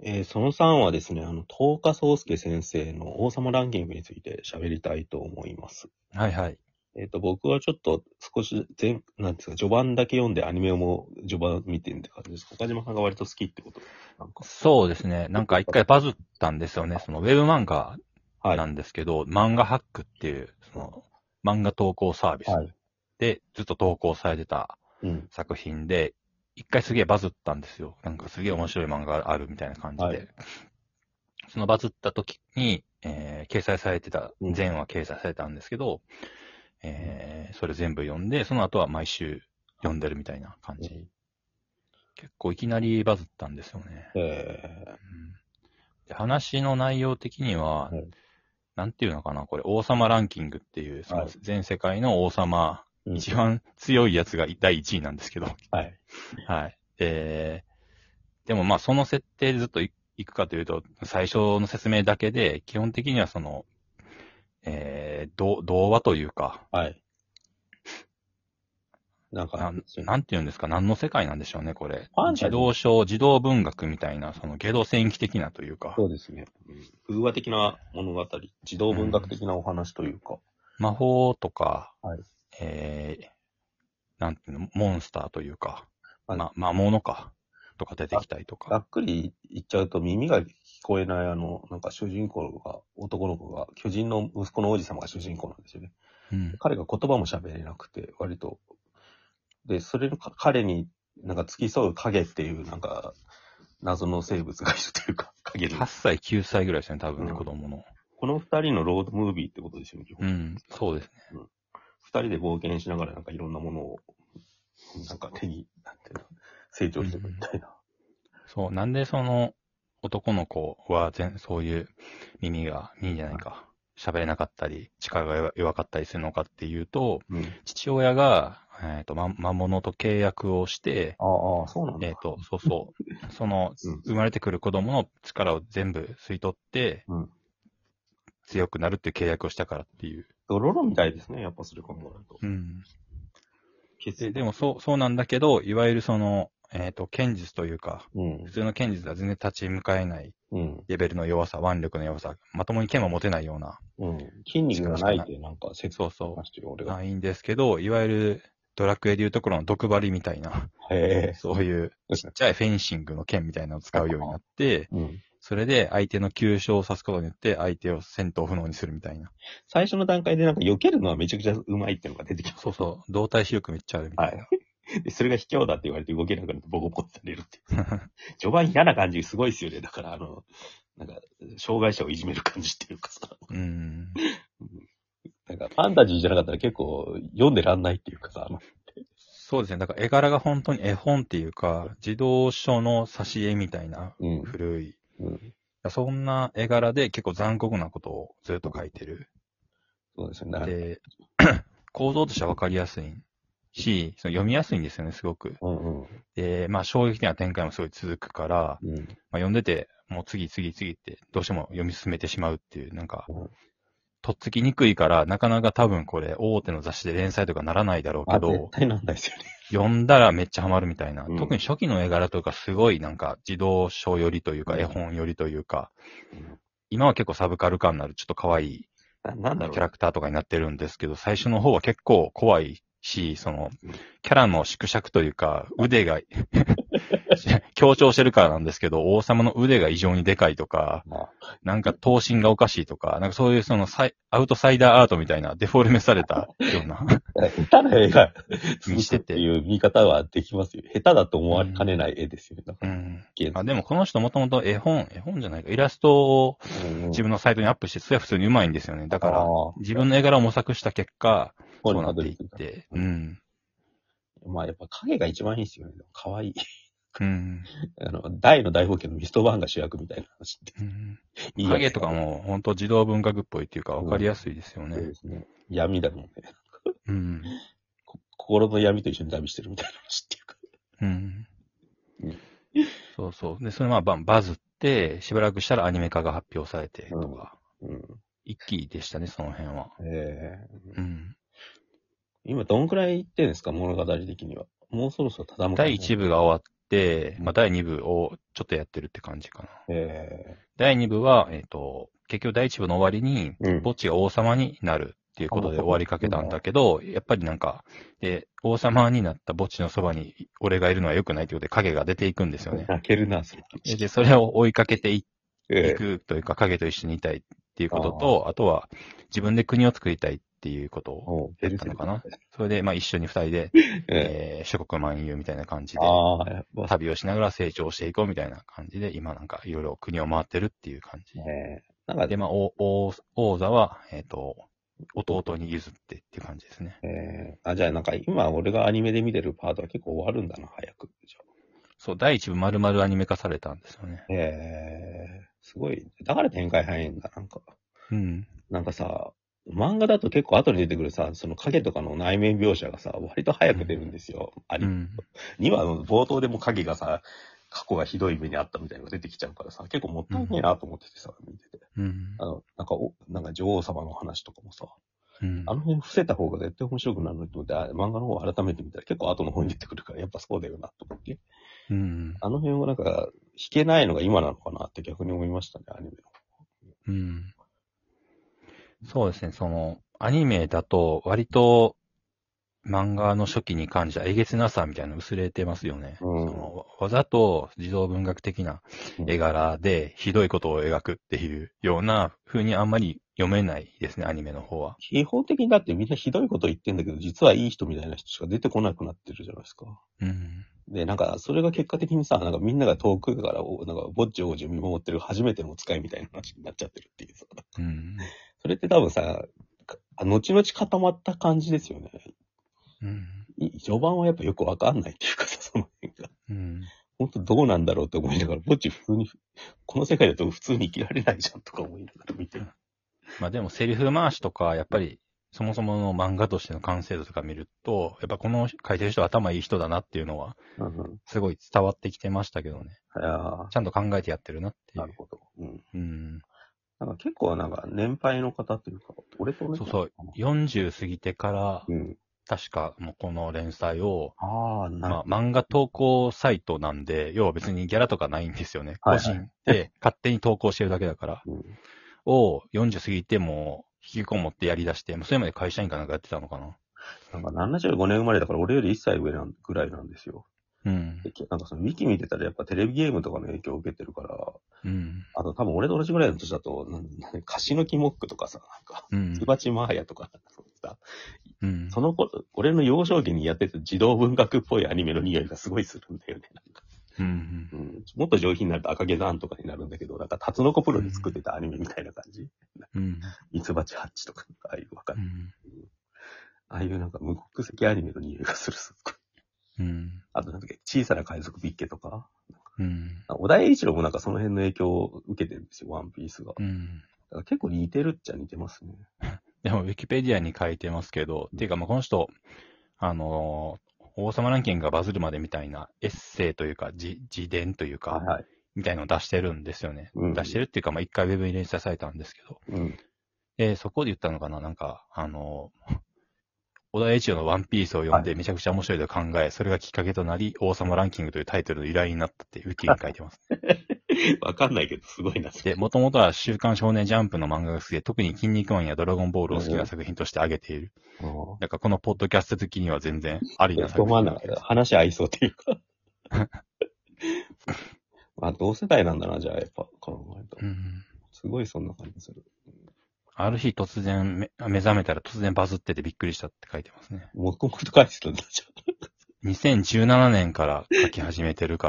その3はですね、東花宗介先生の王様ランキングについて喋りたいと思います。 はいはい。 僕はちょっと少しなんですか、序盤だけ読んでアニメをもう序盤見てるって感じです。岡島さんが割と好きってことなんか。 そうですね。なんか一回バズったんですよね。そのウェブ漫画はい。 なんですけど、漫画ハックっていう、その漫画投稿サービスはい。 でずっと投稿されてたうん。 作品で、一回すげえバズったんですよ。なんかすげえ面白い漫画があるみたいな感じはい。 で。そのバズった時に、掲載されてた、 うん。 全話掲載されたんですけど、それ全部読んで、その後は毎週読んでるみたいな感じ。 うん、 結構いきなりバズったんですよね。 えうんで話の内容的には、 はい。 なんていうのかな、これ、王様ランキングっていう、そのはい。 全世界の王様、 うん。 一番強いやつが第1位なんですけど、 はい。 はい。でもまあ、その設定でずっといくかというと、最初の説明だけで、基本的にはその、童話というか、 はい。なんか、 なんていうんですか、何の世界なんでしょうね、これ。 ファンタジー。 児童書、児童文学みたいな、その、ゲド戦記的なというか、 そうですね。うん、風話的な物語、児童文学うん、 的なお話というか。 魔法とか、 はい。 えー、なんていうの、モンスターというか、 まあ、 魔物か、とか出てざきたりとか。 ざっくり言っちゃうと耳が聞こえないなんか主人公が、男の子が、巨人の息子の王子様が主人公なんですよね。 うん。 彼が言葉も喋れなくて、割と。で、それの彼になんか付き添う影っていうなんか謎の生物がいるというか、影の。 8歳、9歳ぐらいですね、多分ね、子うん。 供の。 この二人のロードムービーってことですよね、基本。 うん、そうですね。 うん。二人で冒険しながらなんかいろんなものを、なんか手に、なんていうの、成長していくみうん、 たいな。 そう、なんでその男の子はそういう耳じゃないか、喋れなかったり、力が弱かったりするのかっていうと、 うん。 父親が、魔物と契約をして、 ああ、そうなんだ。 そうそう、その、 うん。 生まれてくる子供の力を全部吸い取って、 うん。 強くなるっていう契約をしたからっていう。 ドロロみたいですね、やっぱそれ考えると。 うん。 決でもそうなんだけど、いわゆるその、剣術というか、 うん。 普通の剣術は全然立ち向かえないうん。 レベルの弱さ、腕力の弱さ、まともに剣も持てないようなうん。筋肉が力しかない。 ないってなんか説そうそ明ましたよ、俺う。 が。 ないんですけど、いわゆるドラクエでいうところの毒針みたいな、 へえ。 そういうちっちゃいフェンシングの剣みたいなのを使うようになって、 うん。 それで相手の急所を刺すことによって相手を戦闘不能にするみたいな。 最初の段階でなんか避けるのはめちゃくちゃうまいっていうのが出てきます。 そうそう。動体視力めっちゃあるみたはい。 いな。 で、それが卑怯だって言われて動けなくなってボコボコってされるっていう。序盤嫌な感じすごいですよね。だからなんか、障害者をいじめる感じっていうかさ。 うん。 なんか、ファンタジーじゃなかったら結構読んでらんないっていうかさ、 そうですね。だから絵柄が本当に絵本っていうか、児童書の挿絵みたいなうん。 古い。 うん。 そんな絵柄で結構残酷なことをずっと描いてる。 そうですよね。 で、構造としてはわかりやすいし、その読みやすいんですよね、すごく。 うんうん。 で、まあ衝撃的な展開もすごい続くから、 うん。 まあ読んでて、もう次ってどうしても読み進めてしまうっていう、なんか、 うん、 とっつきにくいから、なかなか多分これ大手の雑誌で連載とかならないだろうけ絶ど、 対なんないですよね。 読んだらめっちゃハマるみたいな。 うん。 特に初期の絵柄とかすごいなんか児童書寄りというか、 うん、 絵本寄りというか、 うん、 今は結構サブカル感のあるちょっと可愛いなんだろうな。 キャラクターとかになってるんですけど、最初の方は結構怖いし、その、キャラの縮尺というか、腕が強調してるからなんですけど、王様の腕が異常にでかいとか、 まなんか頭身がおかしいとか、なんかそういうそのアウトサイダーアートみたいなデフォルメされたようなあ、下手な絵がにして続くっていて。 う見方はできますよ。下手だと思うん。 われかねない絵ですよね。だから、 うん。 現あ、でもこの人もともと絵本じゃないか、イラストをうんうん。 自分のサイトにアップして、それは普通に上手いんですよね。だあから、 あ、 自分の絵柄を模索した結果、 ここにそうなっていったどり着いた。 て、 うん。 うん。 まあやっぱ影が一番いいですよね。かわいい。 うん。 大の大冒険のミストバーンが主役みたいな話って。 うん。 いいやつだ。 影とかも本当児童文学っぽいっていうか分かうん。 りやすいですよね。 そうですね。闇だもんね。 うん。 心の闇と一緒に旅してるみたいな話っていうか。 うん。 うん。 そうそう。で、それまあバズって、しばらくしたらアニメ化が発表されてとか、 うん。 一気でしたね、その辺は。 えー、 うん。 今どんくらい行ってんですか、物語的には。もうそろそろただむか第1部が終わって、まあ第2部をちょっとやってるって感じかな。 え第2部は、結局第1部の終わりに、 うん墓地が王様になるっていうことで終わりかけたんだけど、やっぱりなんか、王様になった墓地のそばに俺がいるのは良くないということで影が出ていくんですよね。 泣けるな、そので、それを追いかけていえくというか、影と一緒にいたいっていうことと、あとは自分で国を作りたいっていうことをやったのかな。それで、まあ一緒に二人で、諸国漫遊みたいな感じで、旅をしながら成長していこうみたいな感じで、今なんかいろいろ国を回ってるっていう感じ。で、まあ、王座は、弟に譲ってっていう感じですね。 じゃあなんか今俺がアニメで見てるパートは結構終わるんだな、早く。じゃあそう、第一部丸々アニメ化されたんですよね。 すごい。だから展開早いんだ、なんか。 うん。 なんかさ、漫画だと結構後に出てくるさ、その影とかの内面描写がさ、割と早く出るんですよ。2話の冒頭でも影がさ、過去がひどい目にあったみたいなのが出てきちゃうからさ、結構もったいないなと思っててさ、見てて。なんか女王様の話とかもさ、あの辺伏せた方が絶対面白くなるのと思って、漫画の方を改めて見たら結構後の方に出てくるから、やっぱそうだよなと思って。あの辺をなんか、弾けないのが今なのかなって逆に思いましたね、アニメの。 そうですね、アニメだと割と漫画の初期に感じたえげつなさみたいなの薄れてますよね。わざと児童文学的な絵柄でひどいことを描くっていうような風にあんまり読めないですね、アニメの方は。 基本的にだってみんなひどいこと言ってんだけど、実はいい人みたいな人しか出てこなくなってるじゃないですか。で、なんか、それが結果的にさ、なんかみんなが遠くから、なんか、ぼっち王子を見守ってる初めての使いみたいな話になっちゃってるっていうさ。それって多分さ、後々固まった感じですよね。序盤はやっぱよくわかんないっていうかさ、その辺が。本当どうなんだろうって思いながら、ぼっち普通に、この世界だと普通に生きられないじゃんとか思いながら見てる。 まあでもセリフ回しとか、やっぱり、そもそもの漫画としての完成度とか見ると、やっぱこの書いてる人は頭いい人だなっていうのは、すごい伝わってきてましたけどね。ちゃんと考えてやってるなっていう。 なるほど。なんか結構なんか年配の方っていうか、俺と同じ。 そうそう。40過ぎてから、確かもうこの連載を、漫画投稿サイトなんで、要は別にギャラとかないんですよね。個人で勝手に投稿してるだけだから。を40過ぎても引きこもってやり出して、それまで会社員かなんかやってたのかな。 なんか75年生まれだから俺より1歳上ぐらいなんですよ。なんかそのウィキ見てたらやっぱテレビゲームとかの影響を受けてるから、あと多分俺と同じぐらいの年だと、カシノキモックとかさ、なんか、ツバチマーヤとかさ、その頃、俺の幼少期にやってた児童文学っぽいアニメの匂いがすごいするんだよね、なんか。もっと上品になると赤毛山とかになるんだけど、なんかタツノコプロで作ってたアニメみたいな感じ。ミツバチハッチとか、ああいうわかる。ああいうなんか無国籍アニメの匂いがする、すっごい。あとなんだっけ、小さな海賊ビッケとか。小田栄一郎もなんかその辺の影響を受けてるんですよ、ワンピースが。だから結構似てるっちゃ似てますね。 でも、ウィキペディアに書いてますけど、っていうか、この人、王様ランキングがバズるまでみたいなエッセイというか、自伝というか、みたいのを出してるんですよね。出してるっていうか、一回ウェブに連載されたんですけど。そこで言ったのかな、なんか、小田栄一郎のワンピースを読んでめちゃくちゃ面白いと考え、それがきっかけとなり、王様ランキングというタイトルの依頼になったってウィキに書いてます。 わかんないけど、すごいな。 で、もともとは週刊少年ジャンプの漫画が好きで、特に筋肉マンやドラゴンボールを好きな作品として挙げている。だからこのポッドキャスト的には全然ありな作品なんです。 話合いそうっていうか。同世代なんだな、じゃあ、やっぱ考えると。すごいそんな感じする。 ある日突然目覚めたら突然バズっててびっくりしたって書いてますね。 もともと書いてたんだ、じゃあ。2017年から書き始めてるから。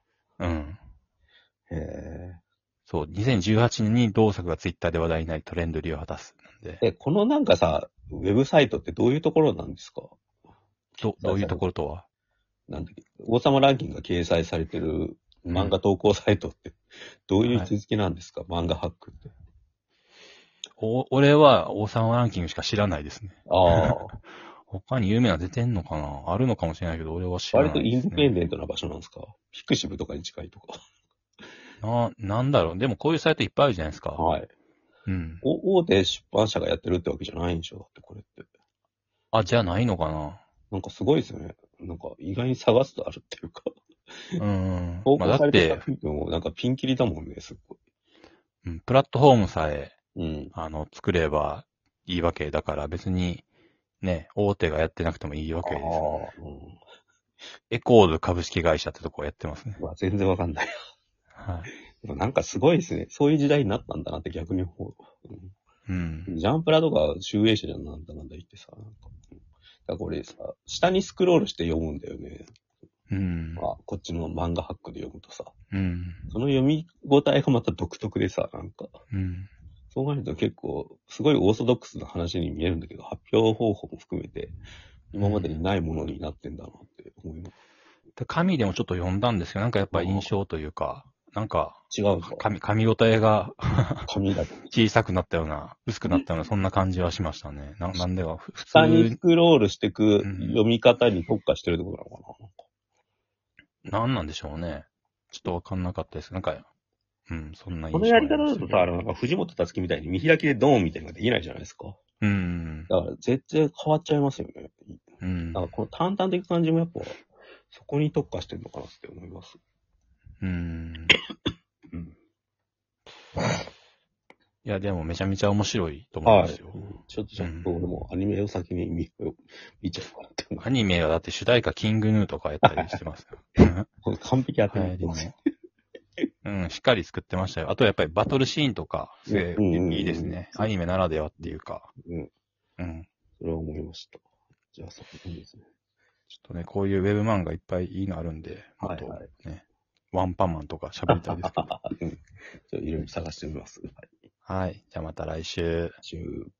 そう、2018年に同作がツイッターで話題になりトレンド入りを果たす。 このなんかさ、ウェブサイトってどういうところなんですか？ どういうところとは？ なんだっけ、王様ランキングが掲載されてる漫画投稿サイトって、どういう位置づけなんですか？漫画ハックって。 俺は王様ランキングしか知らないですね。他に有名な出てんのかな？あるのかもしれないけど、俺は知らないですね。 割とインディペンデントな場所なんですか？ピクシブとかに近いとか。 なんだろう。でもこういうサイトいっぱいあるじゃないですか。 大手出版社がやってるってわけじゃないんでしょ？だってこれって。 じゃあないのかな？ なんかすごいですよね。なんか意外に探すとあるっていうか。 投まあ、だっ稿されてたて、 作品もなんかピンキリだもんね、すっごい。 プラットフォームさえ、 うん。 作ればいいわけだから別に、ね、大手がやってなくてもいいわああ、 けですもんね。 うん。 エコーズ株式会社ってとこやってますね。 まあ、全然わかんない。 はい。 でもなんかすごいですね。そういう時代になったんだなって逆に思う。 うん。 ジャンプラとか集英社じゃんなんだ言ってさ。なんかだからこれさ、下にスクロールして読むんだよね。 うん。 まあ、こっちの漫画ハックで読むとさ。 うん。 その読み応えがまた独特でさ、なんか。 うん。 そうなると結構、すごいオーソドックスな話に見えるんだけど、発表方法も含めて、今までにないものになってんだなって思います。 で紙でもちょっと読んだんですけど、なんかやっぱ印象というか、なんか、紙応えが紙だけ。 小さくなったような、薄くなったような、そんな感じはしましたね。なんでか、普下にス通、 クロールしてくうん、 読み方に特化してるってことなのかなんなんでしょうね。ちょっとわかんなかったです。なんか、そんなな。この印象あやり方りましたけど。 だとさ、なんか藤本つ樹みたいに見開きでドーンみたいなのができないじゃないですか。 うん。 だから絶対変わっちゃいますよね。 うん。 だからこの淡々的感じもやっぱ、そこに特化してるのかなって思います。 うん。 うん。 いや、でもめちゃめちゃ面白いと思いはい。 ますよ。 ちょっとじゃあ、俺もアニメを先に見ちゃうかなって思アニメはだって主題歌キングヌーとかやったりしてますよ。 う。完璧当て流行りの。しっかり作ってましたよ。あとやっぱりバトルシーンとか、すげえいいですね。アニメならではっていうか。 うん。 うん。 それは思いました。じゃあ、そういいですね。 ちょっとね、こういうウェブ漫画いっぱいいいのあるんで、もっとはいはいね、ワンパンマンとか喋りたいですけど。 うん。じゃあ、いろいろ探してみます。はい。 はい。じゃあまた来週。 週